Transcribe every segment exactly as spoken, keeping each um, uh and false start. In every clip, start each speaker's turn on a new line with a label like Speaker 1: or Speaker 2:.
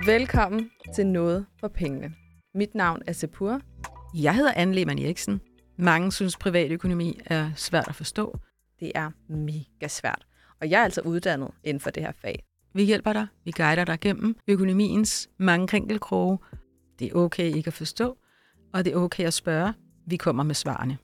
Speaker 1: Velkommen til Noget for Pengene. Mit navn er Sepur.
Speaker 2: Jeg hedder Anne Lehmann Eriksen. Mange synes, privatøkonomi er svært at forstå.
Speaker 1: Det er mega svært, og jeg er altså uddannet inden for det her fag.
Speaker 2: Vi hjælper dig, vi guider dig gennem økonomiens mange krinkelkroge. Det er okay ikke at forstå, og det er okay at spørge. Vi kommer med svarene.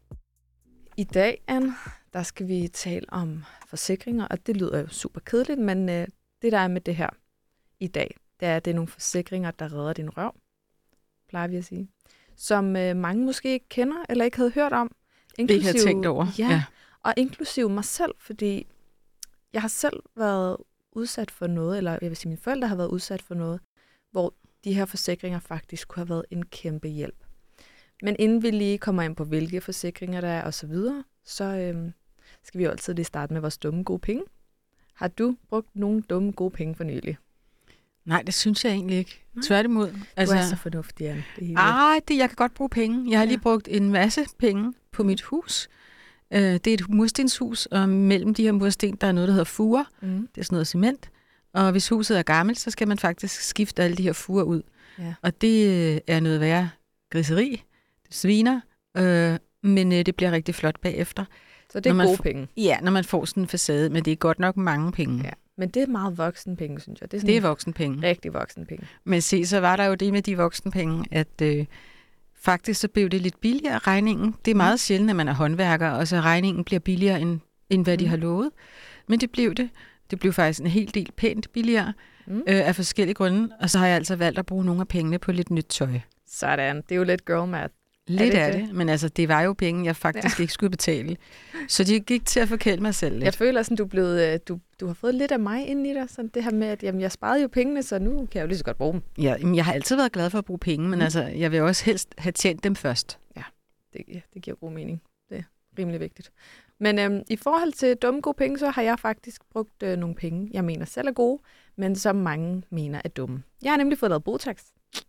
Speaker 1: I dag, Anne, der skal vi tale om forsikringer, og det lyder jo super kedeligt, men øh, det der er med det her i dag, det er, at det er nogle forsikringer, der redder din røv, plejer vi at sige, som øh, mange måske ikke kender eller ikke havde hørt om.
Speaker 2: Ikke havde tænkt over.
Speaker 1: Ja, ja, og inklusive mig selv, fordi jeg har selv været udsat for noget, eller jeg vil sige, mine forældre har været udsat for noget, hvor de her forsikringer faktisk kunne have været en kæmpe hjælp. Men inden vi lige kommer ind på, hvilke forsikringer der er og så videre, så øhm, skal vi jo altid lige starte med vores dumme gode penge. Har du brugt nogle dumme gode penge for nylig?
Speaker 2: Nej, det synes jeg egentlig ikke. Tværtimod.
Speaker 1: Altså, du er så fornuftig, Anne.
Speaker 2: Ah, det, jeg kan godt bruge penge. Jeg har ja. lige brugt en masse penge på mit hus. Uh, det er et murstenshus, og mellem de her mursten, der er noget, der hedder fuger. Mm. Det er sådan noget cement. Og hvis huset er gammelt, så skal man faktisk skifte alle de her fuger ud. Ja. Og det er noget værre griseri. Det sviner, øh, men øh, det bliver rigtig flot bagefter.
Speaker 1: Så det er gode
Speaker 2: f-
Speaker 1: penge?
Speaker 2: Ja, når man får sådan en facade, men det er godt nok mange penge. Ja.
Speaker 1: Men det er meget voksen penge, synes jeg. Det er,
Speaker 2: det er voksen penge.
Speaker 1: Rigtig voksen penge.
Speaker 2: Men se, så var der jo det med de voksen penge, at øh, faktisk så blev det lidt billigere regningen. Det er meget mm. sjældent, at man er håndværker, og så regningen bliver billigere, end, end hvad mm. de har lovet. Men det blev det. Det blev faktisk en hel del pænt billigere mm. øh, af forskellige grunde. Og så har jeg altså valgt at bruge nogle af pengene på lidt nyt tøj.
Speaker 1: Sådan. Det er jo lidt girl math.
Speaker 2: Lidt er det, det, men altså, det var jo penge, jeg faktisk ja. ikke skulle betale. Så det gik til at forkæle mig selv lidt.
Speaker 1: Jeg føler sådan, du er blevet, du, du har fået lidt af mig ind i dig. Sådan det her med, at jamen, jeg sparede jo pengene, så nu kan jeg jo lige så godt bruge dem.
Speaker 2: Ja, jamen, jeg har altid været glad for at bruge penge, men mm. altså, jeg vil også helst have tjent dem først.
Speaker 1: Ja, det, ja, det giver god mening. Det er rimelig vigtigt. Men øhm, i forhold til dumme gode penge, så har jeg faktisk brugt øh, nogle penge, jeg mener selv er gode, men som mange mener er dumme. Jeg har nemlig fået lavet Botox.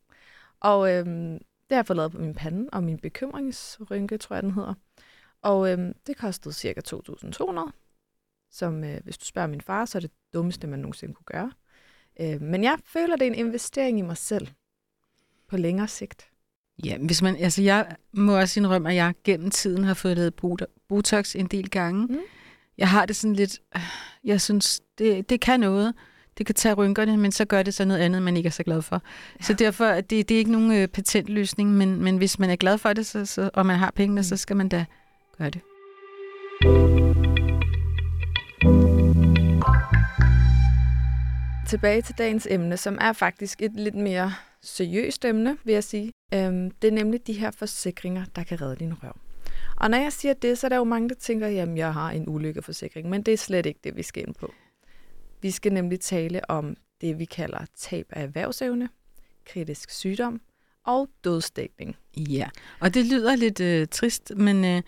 Speaker 1: Og øhm, det har jeg fået lavet på min pande, og min bekymringsrynke, tror jeg, den hedder. Og øhm, det kostede cirka to tusind to hundrede, som øh, hvis du spørger min far, så er det dummeste, man nogensinde kunne gøre. Øh, men jeg føler, det er en investering i mig selv på længere sigt.
Speaker 2: Ja, hvis man, altså jeg må også indrømme, at jeg gennem tiden har fået lavet Botox en del gange. Mm. Jeg har det sådan lidt, jeg synes, det, det kan noget. Det kan tage rynkerne, men så gør det så noget andet, man ikke er så glad for. Ja. Så derfor, det, det er ikke nogen øh, patentløsning, men, men hvis man er glad for det, så, så, og man har pengene, mm. så skal man da gøre det.
Speaker 1: Tilbage til dagens emne, som er faktisk et lidt mere seriøst emne, vil jeg sige. Øhm, det er nemlig de her forsikringer, der kan redde din røv. Og når jeg siger det, så er der jo mange, der tænker, jamen jeg har en ulykkeforsikring, men det er slet ikke det, vi skal ind på. Vi skal nemlig tale om det, vi kalder tab af erhvervsevne, kritisk sygdom og dødsdækning.
Speaker 2: Ja, og det lyder lidt øh, trist, men øh,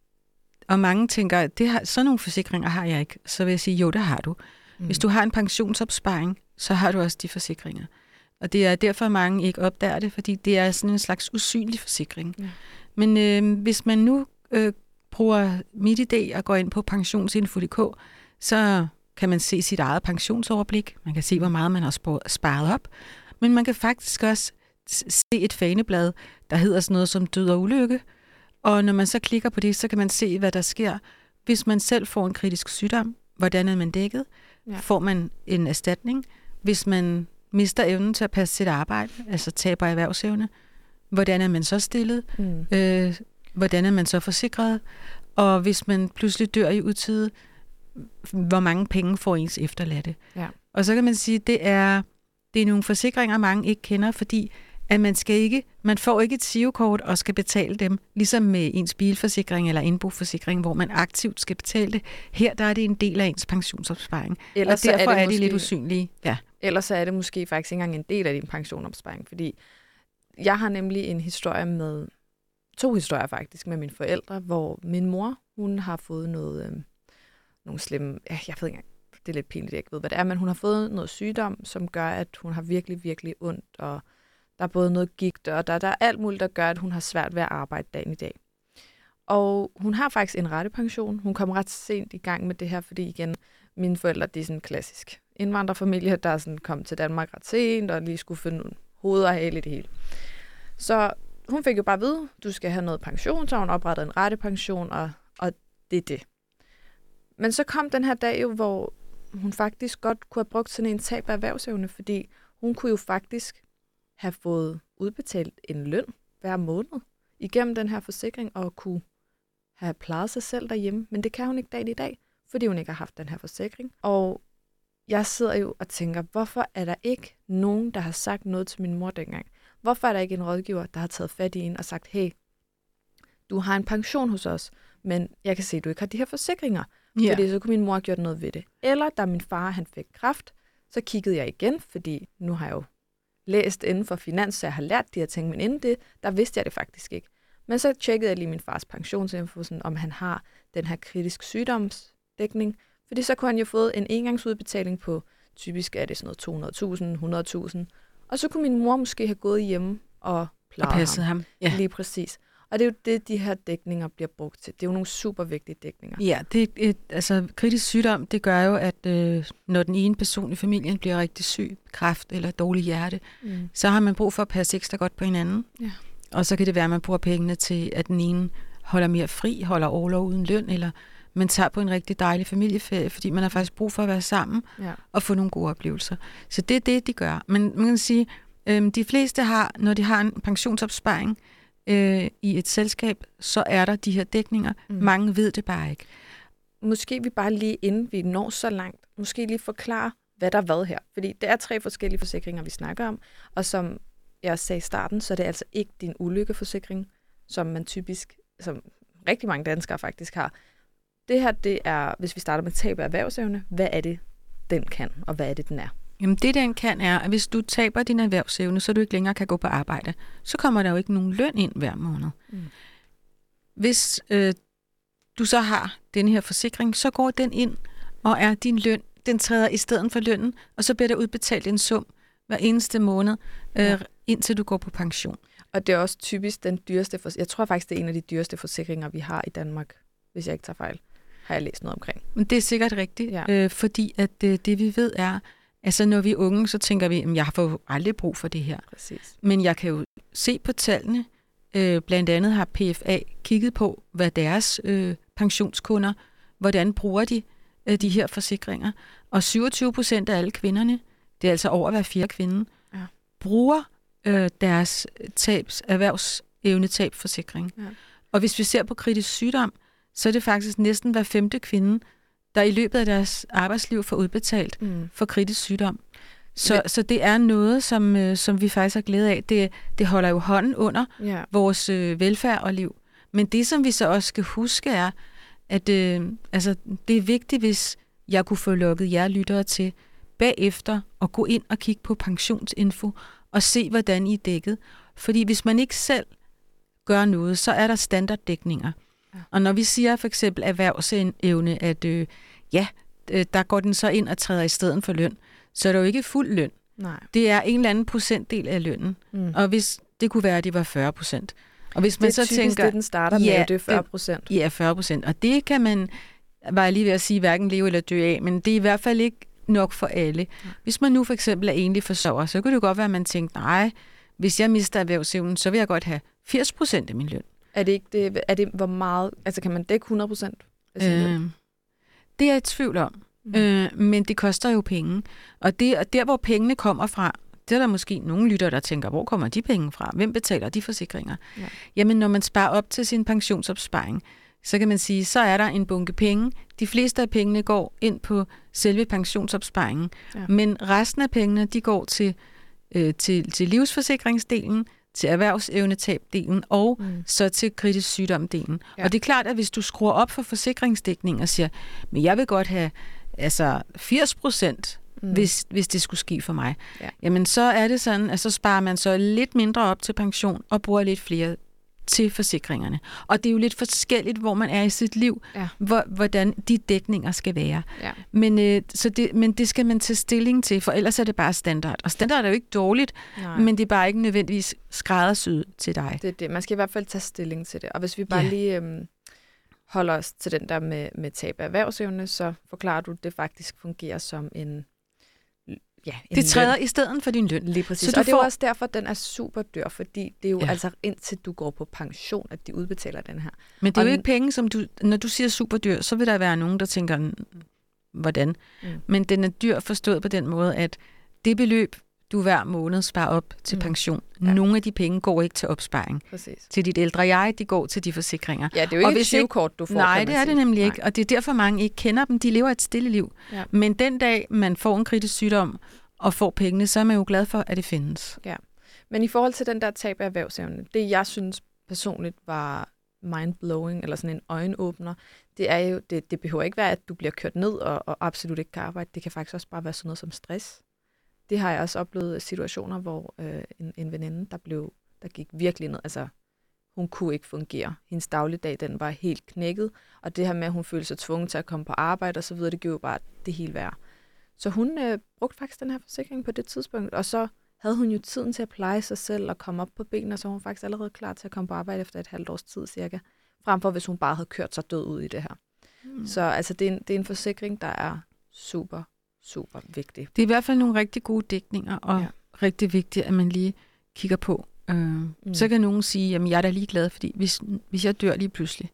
Speaker 2: og mange tænker, det har, sådan nogle forsikringer har jeg ikke. Så vil jeg sige, jo, det har du. Mm. Hvis du har en pensionsopsparing, så har du også de forsikringer. Og det er derfor, mange ikke opdager det, fordi det er sådan en slags usynlig forsikring. Ja. Men øh, hvis man nu øh, bruger MitID og går ind på pensionsinfo punktum d k, så kan man se sit eget pensionsoverblik. Man kan se, hvor meget man har sparet op. Men man kan faktisk også se et faneblad, der hedder sådan noget som død og ulykke. Og når man så klikker på det, så kan man se, hvad der sker. Hvis man selv får en kritisk sygdom, hvordan er man dækket? Ja. Får man en erstatning? Hvis man mister evnen til at passe sit arbejde, altså taber erhvervsevne, hvordan er man så stillet? Mm. Øh, hvordan er man så forsikret? Og hvis man pludselig dør i utide, hvor mange penge får ens efterladte. Ja. Og så kan man sige, at det er, det er nogle forsikringer, mange ikke kender, fordi at man skal ikke, man får ikke et girokort og skal betale dem, ligesom med ens bilforsikring eller indboforsikring, hvor man aktivt skal betale det. Her der er det en del af ens pensionsopsparing. Ellers og derfor er, det er måske, de lidt usynlige. Ja.
Speaker 1: Ellers er det måske faktisk ikke engang en del af din pensionsopsparing, fordi jeg har nemlig en historie med, to historier faktisk, med mine forældre, hvor min mor, hun har fået noget, øh, nogle slemme, ja, jeg ved ikke engang, det er lidt pinligt, jeg ikke ved, hvad det er, men hun har fået noget sygdom, som gør, at hun har virkelig, virkelig ondt, og der er både noget gigt, og der, der er alt muligt, der gør, at hun har svært ved at arbejde dagen i dag. Og hun har faktisk en rettepension. Hun kom ret sent i gang med det her, fordi igen, Mine forældre, de er sådan klassisk indvandrerfamilie, der er sådan kom til Danmark ret sent, og lige skulle finde hoved og hale i det hele. Så hun fik jo bare at vide, du skal have noget pension, så hun oprettede en rettepension, og, og det er det. Men så kom den her dag jo, hvor hun faktisk godt kunne have brugt sådan en tab af erhvervsevne, fordi hun kunne jo faktisk have fået udbetalt en løn hver måned igennem den her forsikring, og kunne have plejet sig selv derhjemme. Men det kan hun ikke dag i dag, fordi hun ikke har haft den her forsikring. Og jeg sidder jo og tænker, hvorfor er der ikke nogen, der har sagt noget til min mor dengang? Hvorfor er der ikke en rådgiver, der har taget fat i en og sagt, hey, du har en pension hos os, men jeg kan se, at du ikke har de her forsikringer. Ja. Fordi så kunne min mor have gjort noget ved det. Eller da min far han fik kræft, så kiggede jeg igen, fordi nu har jeg jo læst inden for finans, så jeg har lært de her ting, men inden det, der vidste jeg det faktisk ikke. Men så tjekkede jeg lige min fars pensionsinfo, sådan, om han har den her kritisk sygdomsdækning, fordi så kunne han jo få en engangsudbetaling på, typisk er det sådan noget to hundrede tusind, hundrede tusind, og så kunne min mor måske have gået hjem og plejet
Speaker 2: og passet ham. ham.
Speaker 1: Ja. Lige præcis. Og det er jo det, de her dækninger bliver brugt til. Det er jo nogle super vigtige dækninger.
Speaker 2: Ja, det, et, altså kritisk sygdom, det gør jo, at øh, når den ene person i familien bliver rigtig syg, kræft eller dårlig hjerte, mm. så har man brug for at passe ekstra godt på hinanden. Ja. Og så kan det være, at man bruger pengene til, at den ene holder mere fri, holder orlov uden løn, eller man tager på en rigtig dejlig familieferie, fordi man har faktisk brug for at være sammen ja. og få nogle gode oplevelser. Så det er det, de gør. Men man kan sige, øh, de fleste har, når de har en pensionsopsparing, Øh, i et selskab, så er der de her dækninger. Mm. Mange ved det bare ikke.
Speaker 1: Måske vi bare lige, inden vi når så langt, måske lige forklare, hvad der er hvad her. Fordi det er tre forskellige forsikringer, vi snakker om, og som jeg sagde i starten, så er det altså ikke din ulykkeforsikring, som man typisk, som rigtig mange danskere faktisk har. Det her, det er, hvis vi starter med tab af erhvervsevne, hvad er det, den kan, og hvad er det, den er?
Speaker 2: Jamen det, den kan, er, at hvis du taber din erhvervsevne, så du ikke længere kan gå på arbejde, så kommer der jo ikke nogen løn ind hver måned. Mm. Hvis øh, du så har den her forsikring, så går den ind og er din løn. Den træder i stedet for lønnen, og så bliver der udbetalt en sum hver eneste måned, øh, ja. indtil du går på pension.
Speaker 1: Og det er også typisk den dyreste forsikring. Jeg tror faktisk, det er en af de dyreste forsikringer, vi har i Danmark, hvis jeg ikke tager fejl. Har jeg læst noget omkring.
Speaker 2: Men det er sikkert rigtigt, ja. øh, fordi at øh, det vi ved er, altså når vi er unge, så tænker vi, at jeg får aldrig brug for det her.
Speaker 1: Præcis.
Speaker 2: Men jeg kan jo se på tallene, øh, blandt andet har P F A kigget på, hvad deres øh, pensionskunder, hvordan bruger de øh, de her forsikringer. Og syvogtyve procent af alle kvinderne, det er altså over hver fjerde kvinde, ja. bruger øh, deres tabs, erhvervsevnetabforsikring. Ja. Og hvis vi ser på kritisk sygdom, så er det faktisk næsten hver femte kvinde, der i løbet af deres arbejdsliv får udbetalt mm. for kritisk sygdom. Så, Men, så det er noget, som, øh, som vi faktisk har glæde af. Det, det holder jo hånden under ja. vores øh, velfærd og liv. Men det, som vi så også skal huske, er, at øh, altså, det er vigtigt, hvis jeg kunne få lukket jer lyttere til bagefter at gå ind og kigge på pensionsinfo og se, hvordan I er dækket. Fordi hvis man ikke selv gør noget, så er der standarddækninger. Og når vi siger for eksempel erhvervsevne, at øh, ja, der går den så ind og træder i stedet for løn, så er det jo ikke fuld løn.
Speaker 1: Nej.
Speaker 2: Det er en eller anden procentdel af lønnen. Mm. Og hvis det kunne være, at det var fyrre procent. Og hvis man
Speaker 1: det er
Speaker 2: så
Speaker 1: typisk
Speaker 2: tænker,
Speaker 1: det, den starter med,
Speaker 2: ja,
Speaker 1: det er fyrre procent.
Speaker 2: Ja, fyrre procent. Og det kan man, var jeg lige ved at sige, hverken leve eller dø af, men det er i hvert fald ikke nok for alle. Ja. Hvis man nu for eksempel er enlig forsørger, så kunne det godt være, at man tænkte, nej, hvis jeg mister erhvervsevnen, så vil jeg godt have firs procent af min løn.
Speaker 1: Er det ikke det, er det hvor meget, altså kan man dække hundrede procent?
Speaker 2: Øh, det er jeg i tvivl om, mm. øh, men det koster jo penge. Og, det, og der, hvor pengene kommer fra, det er der måske nogle lyttere, der tænker, hvor kommer de penge fra? Hvem betaler de forsikringer? Ja. Jamen, når man sparer op til sin pensionsopsparing, så kan man sige, så er der en bunke penge. De fleste af pengene går ind på selve pensionsopsparingen, ja. Men resten af pengene, de går til, øh, til, til livsforsikringsdelen, til erhvervsevnetabdelen og mm. så til kritisk sygdomdelen. Ja. Og det er klart, at hvis du skruer op for forsikringsdækning og siger, men jeg vil godt have altså firs procent, mm. hvis, hvis det skulle ske for mig, ja. Jamen så er det sådan, at så sparer man så lidt mindre op til pension og bruger lidt flere til forsikringerne. Og det er jo lidt forskelligt, hvor man er i sit liv, ja. hvor, hvordan de dækninger skal være. Ja. Men, øh, så det, men det skal man tage stilling til, for ellers er det bare standard. Og standard er jo ikke dårligt, Nej. Men det er bare ikke nødvendigvis skræddersyet til dig.
Speaker 1: Det er det. Man skal i hvert fald tage stilling til det. Og hvis vi bare ja. lige øhm, holder os til den der med, med tab af erhvervsevne, så forklarer du, at det faktisk fungerer som en ja, en
Speaker 2: det træder
Speaker 1: løn.
Speaker 2: i stedet for din løn.
Speaker 1: Lige præcis.
Speaker 2: Så
Speaker 1: Og det er
Speaker 2: får...
Speaker 1: jo også derfor, at den er super dyr, fordi det er jo
Speaker 2: ja.
Speaker 1: altså indtil du går på pension, at de udbetaler den her.
Speaker 2: Men det er
Speaker 1: og
Speaker 2: jo ikke penge, som du... Når du siger super dyr, så vil der være nogen, der tænker, hvordan? Mm. Men den er dyr forstået på den måde, at det beløb, du hver måned sparer op til mm. pension, ja. Nogle af de penge går ikke til opsparing.
Speaker 1: Præcis.
Speaker 2: Til dit ældre jeg, de går til de forsikringer.
Speaker 1: Ja, det er jo ikke et tyvekort, du får.
Speaker 2: Nej, det er
Speaker 1: sige.
Speaker 2: det nemlig
Speaker 1: Nej.
Speaker 2: ikke. Og det er derfor, mange ikke kender dem. De lever et stille liv. Ja. Men den dag, man får en kritisk sygdom og får pengene, så er man jo glad for, at det findes.
Speaker 1: Ja. Men i forhold til den der tab af erhvervsevne, det jeg synes personligt var mindblowing, eller sådan en øjenåbner, det er jo, det, det behøver ikke være, at du bliver kørt ned og, og absolut ikke kan arbejde. Det kan faktisk også bare være sådan noget som stress. Det har jeg også oplevet situationer, hvor øh, en, en veninde, der blev, der gik virkelig ned, altså hun kunne ikke fungere. Hendes dagligdag, den var helt knækket, og det her med, at hun følte sig tvunget til at komme på arbejde og så videre, det gjorde bare det hele værd. Så hun øh, brugte faktisk den her forsikring på det tidspunkt, og så havde hun jo tiden til at pleje sig selv og komme op på benene, og så var hun faktisk allerede klar til at komme på arbejde efter et halvt års tid cirka, fremfor hvis hun bare havde kørt sig død ud i det her. Mm. Så altså, det er, en, det er en forsikring, der er super, super vigtig.
Speaker 2: Det er i hvert fald nogle rigtig gode dækninger, og ja. Rigtig vigtigt, at man lige kigger på. Øh, mm. Så kan nogen sige, at jeg er da ligeglad, fordi hvis, hvis jeg dør lige pludselig,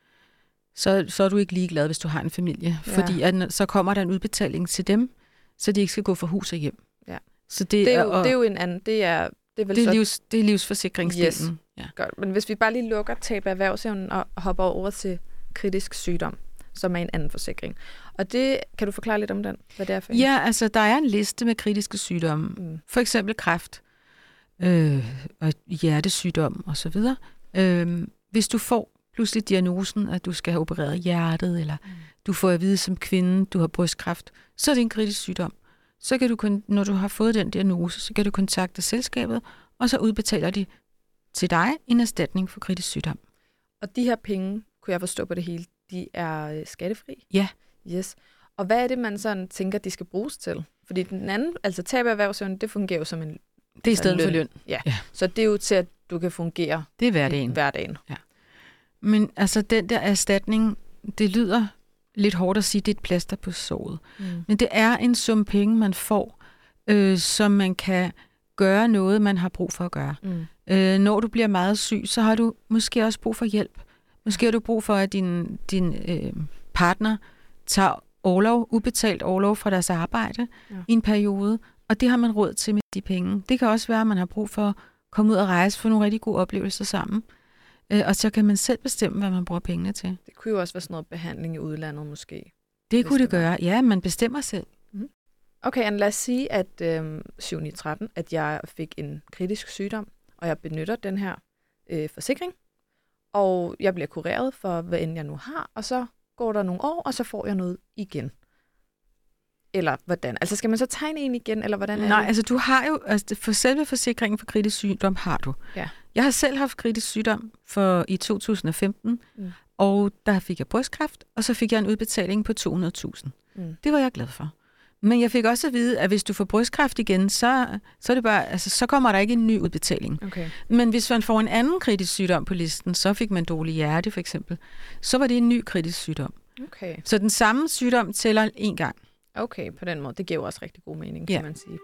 Speaker 2: så, så er du ikke ligeglad, hvis du har en familie. Ja. Fordi at, så kommer der en udbetaling til dem, så de ikke skal gå fra hus og hjem.
Speaker 1: Ja.
Speaker 2: Så det,
Speaker 1: det, er jo,
Speaker 2: og,
Speaker 1: det er jo en anden, det er... Det er, vel
Speaker 2: det er,
Speaker 1: så...
Speaker 2: livs, det er livsforsikringsdelen.
Speaker 1: Yes.
Speaker 2: Ja.
Speaker 1: Godt. Men hvis vi bare lige lukker tab af erhvervsevnen og hopper over til kritisk sygdom, som er en anden forsikring. Og det, kan du forklare lidt om den, hvad det er for en?
Speaker 2: Ja, altså der er en liste med kritiske sygdomme. Mm. For eksempel kræft, øh, og hjertesygdom osv. Øh, hvis du får pludselig diagnosen, at du skal have opereret hjertet, eller mm. du får at vide som kvinde, du har brystkræft, så er det en kritisk sygdom. Så kan du, når du har fået den diagnose, så kan du kontakte selskabet, og så udbetaler de til dig en erstatning for kritisk sygdom.
Speaker 1: Og de her penge, kunne jeg forstå på det hele, de er skattefri?
Speaker 2: Ja.
Speaker 1: Yes. Og hvad er det, man sådan tænker, de skal bruges til? Fordi den anden, altså tab af erhvervsevne, det fungerer jo som en
Speaker 2: Det er i stedet
Speaker 1: løn.
Speaker 2: for løn.
Speaker 1: Ja. ja. Så det er jo til, at du kan fungere
Speaker 2: det er hverdagen.
Speaker 1: hverdagen.
Speaker 2: Ja. Men altså den der erstatning, det lyder lidt hårdt at sige, det er et plaster på såret. Mm. Men det er en sum penge, man får, øh, som man kan gøre noget, man har brug for at gøre. Mm. Øh, når du bliver meget syg, så har du måske også brug for hjælp. Måske har du brug for, at din, din øh, partner tager orlov, ubetalt orlov fra deres arbejde ja. I en periode, og det har man råd til med de penge. Det kan også være, at man har brug for at komme ud og rejse, få nogle rigtig gode oplevelser sammen. Øh, og så kan man selv bestemme, hvad man bruger pengene til.
Speaker 1: Det kunne jo også være sådan noget behandling i udlandet måske.
Speaker 2: Det kunne det gøre. Ja, man bestemmer selv.
Speaker 1: Mm. Okay, Anne, lad os sige, at øh, syv ni tretten, at jeg fik en kritisk sygdom, og jeg benytter den her øh, forsikring, og jeg bliver kureret for, hvad end jeg nu har, og så går der nogle år, og så får jeg noget igen. Eller hvordan? Altså skal man så tegne en igen, eller hvordan er
Speaker 2: Nej,
Speaker 1: det?
Speaker 2: altså du har jo, altså for selve forsikringen for kritisk sygdom har du.
Speaker 1: Ja.
Speaker 2: Jeg har selv haft kritisk sygdom for i to tusind og femten, mm. og der fik jeg brystkræft, og så fik jeg en udbetaling på to hundrede tusind. Mm. Det var jeg glad for. Men jeg fik også at vide, at hvis du får brystkræft igen, så, så, er det bare, altså, så kommer der ikke en ny udbetaling.
Speaker 1: Okay.
Speaker 2: Men hvis man får en anden kritisk sygdom på listen, så fik man dårlig hjerte for eksempel, så var det en ny kritisk sygdom.
Speaker 1: Okay.
Speaker 2: Så den samme sygdom tæller en gang.
Speaker 1: Okay, på den måde. Det giver jo også rigtig god mening,
Speaker 2: ja.
Speaker 1: Kan man sige.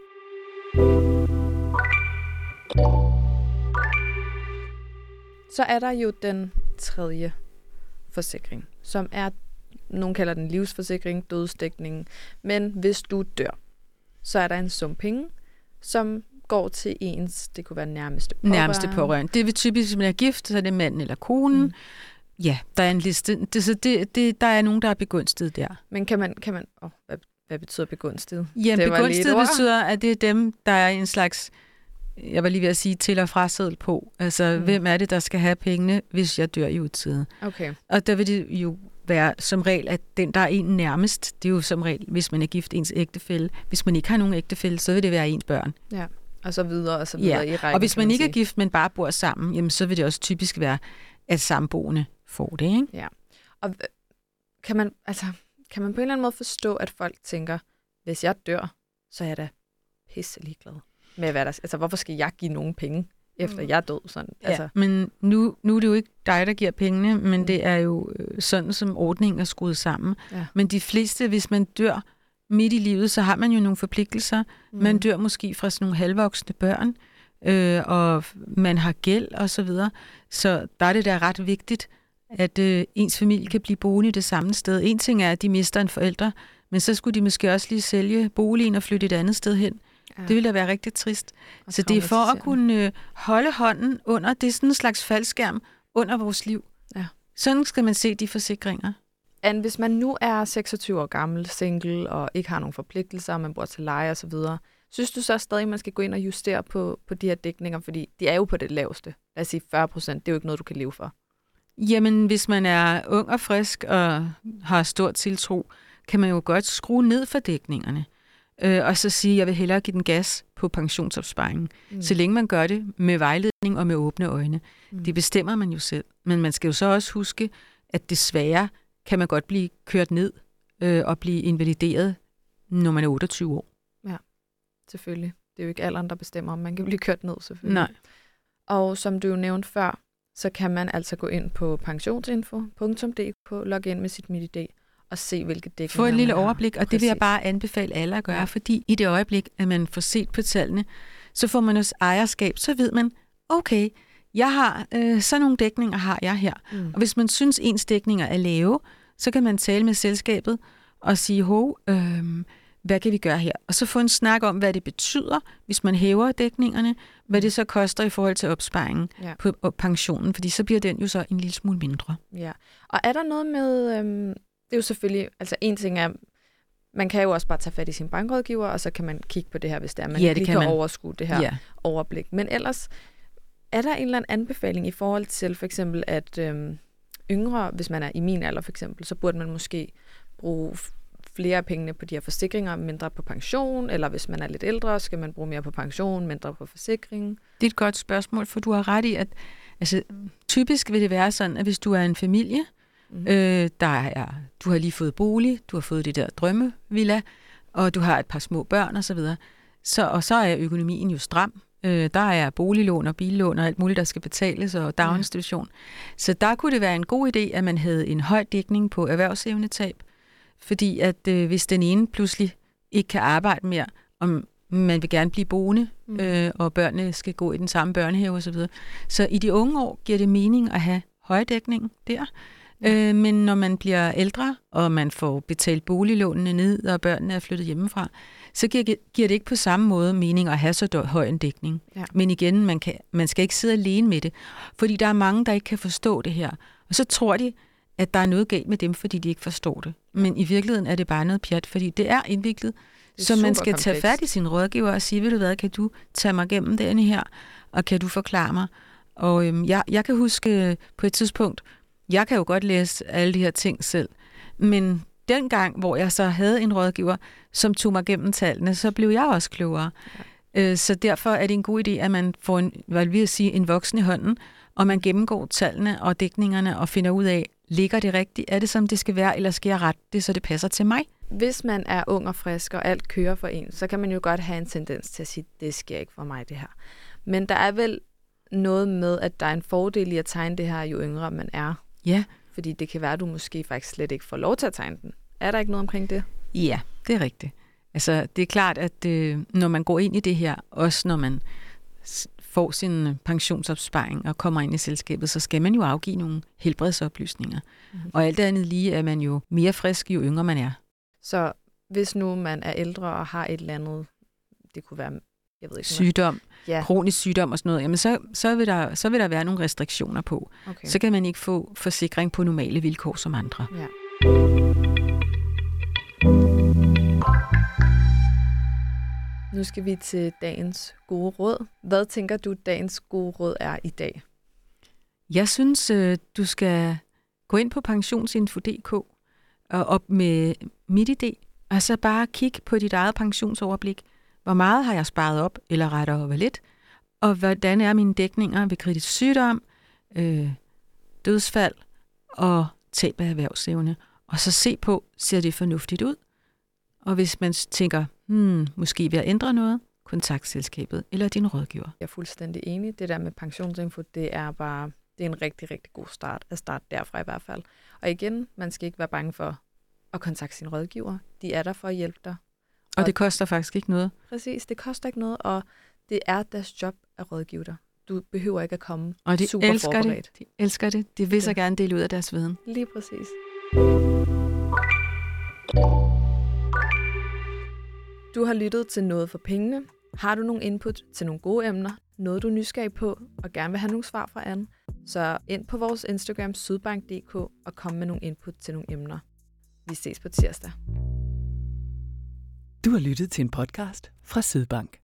Speaker 1: Så er der jo den tredje forsikring, som er, nogen kalder den livsforsikring, dødsdækning. Men hvis du dør, så er der en sum penge, som går til ens, det kunne være nærmeste pårørende.
Speaker 2: Nærmeste pårørende. Det vil typisk, hvis man er gift, så er det manden eller konen. Mm. Ja, der er en liste. Det, så det, det, der er nogen, der er begunstiget der.
Speaker 1: Men kan man, kan man oh, hvad, hvad betyder begunstiget?
Speaker 2: Jamen, begunstiget betyder, at det er dem, der er en slags, jeg var lige ved at sige, til- og fraseddel på. Altså, mm. hvem er det, der skal have pengene, hvis jeg dør i utide?
Speaker 1: Okay.
Speaker 2: Og der vil det jo være som regel, at den, der er en nærmest, det er jo som regel, hvis man er gift, ens ægtefælle. Hvis man ikke har nogen ægtefælle, så vil det være ens børn.
Speaker 1: Ja, og så videre og så videre
Speaker 2: ja.
Speaker 1: i rækken.
Speaker 2: Og hvis man ikke er gift, men bare bor sammen, jamen, så vil det også typisk være, at samboende får det, ikke?
Speaker 1: Ja. Og kan man, altså, kan man på en eller anden måde forstå, at folk tænker, hvis jeg dør, så er jeg da pisse ligeglad med, hvad der... Altså, hvorfor skal jeg give nogen penge? efter jeg er død. Sådan.
Speaker 2: Ja,
Speaker 1: altså.
Speaker 2: men nu, nu er det jo ikke dig, der giver pengene, men mm. det er jo sådan, som ordningen er skruet sammen.
Speaker 1: Ja.
Speaker 2: Men de fleste, hvis man dør midt i livet, så har man jo nogle forpligtelser. Mm. Man dør måske fra sådan nogle halvvoksne børn, øh, og man har gæld og så videre. Så der er det da ret vigtigt, at øh, ens familie kan blive boende i det samme sted. En ting er, at de mister en forælder, men så skulle de måske også lige sælge boligen og flytte et andet sted hen. Ja. Det ville da være rigtig trist. Og så det er for at kunne øh, holde hånden under, det er sådan en slags faldskærm under vores liv.
Speaker 1: Ja.
Speaker 2: Sådan skal man se de forsikringer.
Speaker 1: Anne, hvis man nu er seksogtyve år gammel, single og ikke har nogen forpligtelser, og man bor til leje og så videre, synes du så stadig, at man skal gå ind og justere på, på de her dækninger? Fordi de er jo på det laveste. Lad os sige fyrre procent, det er jo ikke noget, du kan leve for.
Speaker 2: Jamen, hvis man er ung og frisk og har stor tiltro, kan man jo godt skrue ned for dækningerne. Øh, og så sige, at jeg vil hellere give den gas på pensionsopsparingen. Mm. Så længe man gør det med vejledning og med åbne øjne. Mm. Det bestemmer man jo selv. Men man skal jo så også huske, at desværre kan man godt blive kørt ned øh, og blive invalideret, når man er otteogtyve år.
Speaker 1: Ja, selvfølgelig. Det er jo ikke alderen, der bestemmer, om man kan blive kørt ned, selvfølgelig.
Speaker 2: Nej.
Speaker 1: Og som du jo nævnte før, så kan man altså gå ind på pensionsinfo punktum d k, logge ind med sit MitID og se, hvilke dækninger
Speaker 2: Få et lille
Speaker 1: man har.
Speaker 2: overblik, og
Speaker 1: Præcis.
Speaker 2: Det vil jeg bare anbefale alle at gøre, ja. Fordi i det øjeblik, at man får set på tallene, så får man også ejerskab, så ved man, okay, jeg har øh, sådan nogle dækninger har jeg her. Mm. Og hvis man synes, ens dækninger er lave, så kan man tale med selskabet og sige, hov, øh, hvad kan vi gøre her? Og så få en snak om, hvad det betyder, hvis man hæver dækningerne, hvad det så koster i forhold til opsparingen ja. på pensionen, fordi så bliver den jo så en lille smule mindre.
Speaker 1: Ja, og er der noget med, øhm, det er jo selvfølgelig, altså en ting er, man kan jo også bare tage fat i sin bankrådgiver, og så kan man kigge på det her, hvis det er, man
Speaker 2: ja, det
Speaker 1: lige
Speaker 2: kan,
Speaker 1: kan
Speaker 2: man.
Speaker 1: overskue det her
Speaker 2: ja.
Speaker 1: overblik. Men ellers, er der en eller anden anbefaling i forhold til for eksempel, at øhm, yngre, hvis man er i min alder for eksempel, så burde man måske bruge flere af pengene på de her forsikringer, mindre på pension, eller hvis man er lidt ældre, skal man bruge mere på pension, mindre på forsikring?
Speaker 2: Det er et godt spørgsmål, for du har ret i, at altså, typisk vil det være sådan, at hvis du er en familie, mm-hmm. øh, der er, du har lige fået bolig, du har fået det der drømmevilla, og du har et par små børn osv., så, så, og så er økonomien jo stram. Øh, der er boliglån og billån og alt muligt, der skal betales, og daginstitution. Ja. Så der kunne det være en god idé, at man havde en høj dækning på erhvervsevnetab, fordi at øh, hvis den ene pludselig ikke kan arbejde mere, og man vil gerne blive boende, mm. øh, og børnene skal gå i den samme børnehave osv. Så, så i de unge år giver det mening at have højdækning der. Mm. Øh, men når man bliver ældre, og man får betalt boliglånene ned, og børnene er flyttet hjemmefra, så giver, giver det ikke på samme måde mening at have så høj en dækning. Ja. Men igen, man, kan, man skal ikke sidde alene med det, fordi der er mange, der ikke kan forstå det her. Og så tror de, at der er noget galt med dem, fordi de ikke forstår det. Men i virkeligheden er det bare noget pjat, fordi det er indviklet, det er så man skal kompleks. Tage fat i sin rådgiver og sige, ved du hvad, kan du tage mig gennem denne her, og kan du forklare mig? Og øhm, jeg, jeg kan huske på et tidspunkt, jeg kan jo godt læse alle de her ting selv, men dengang, hvor jeg så havde en rådgiver, som tog mig gennem tallene, så blev jeg også klogere. Ja. Øh, så derfor er det en god idé, at man får en, hvad vil jeg sige, en voksen i hånden, og man gennemgår tallene og dækningerne og finder ud af, ligger det rigtigt? Er det, som det skal være, eller skal jeg rette det, så det passer til mig?
Speaker 1: Hvis man er ung og frisk, og alt kører for en, så kan man jo godt have en tendens til at sige, det sker ikke for mig, det her. Men der er vel noget med, at der er en fordel i at tegne det her, jo yngre man er.
Speaker 2: Ja.
Speaker 1: Fordi det kan være, at du måske faktisk slet ikke får lov til at tegne den. Er der ikke noget omkring det?
Speaker 2: Ja, det er rigtigt. Altså, det er klart, at øh, når man går ind i det her, også når man får sin pensionsopsparing og kommer ind i selskabet, så skal man jo afgive nogle helbredsoplysninger. Mm-hmm. Og alt andet lige er man jo mere frisk, jo yngre man er.
Speaker 1: Så hvis nu man er ældre og har et eller andet, det kunne være, jeg ved ikke,
Speaker 2: sygdom, ja. kronisk sygdom og sådan noget, jamen så, så, vil der, så vil der være nogle restriktioner på. Okay. Så kan man ikke få forsikring på normale vilkår som andre.
Speaker 1: Ja. Nu skal vi til dagens gode råd. Hvad tænker du, dagens gode råd er i dag?
Speaker 2: Jeg synes, du skal gå ind på pensionsinfo punktum d k og op med MitID, og så bare kigge på dit eget pensionsoverblik. Hvor meget har jeg sparet op, eller rettere over lidt? Og hvordan er mine dækninger ved kritisk sygdom, øh, dødsfald og tab af erhvervsevne? Og så se på, ser det fornuftigt ud? Og hvis man tænker, hmm, måske ved at ændre noget, kontakt selskabet eller din rådgiver.
Speaker 1: Jeg er fuldstændig enig. Det der med pensionsinfo, det er bare det er en rigtig, rigtig god start at starte derfra i hvert fald. Og igen, man skal ikke være bange for at kontakte sin rådgiver. De er der for at hjælpe dig.
Speaker 2: Og, og det koster faktisk ikke noget.
Speaker 1: Præcis, det koster ikke noget, og det er deres job at rådgive dig. Du behøver ikke at komme
Speaker 2: og de
Speaker 1: super
Speaker 2: elsker
Speaker 1: forberedt.
Speaker 2: Det. De elsker det. De vil så
Speaker 1: det.
Speaker 2: gerne dele ud af deres viden.
Speaker 1: Lige præcis. Du har lyttet til Noget for pengene. Har du nogle input til nogle gode emner, noget du er nysgerrig på, og gerne vil have nogle svar fra Anne, så ind på vores Instagram sydbank punktum d k og kom med nogle input til nogle emner. Vi ses på tirsdag.
Speaker 3: Du har lyttet til en podcast fra Sydbank.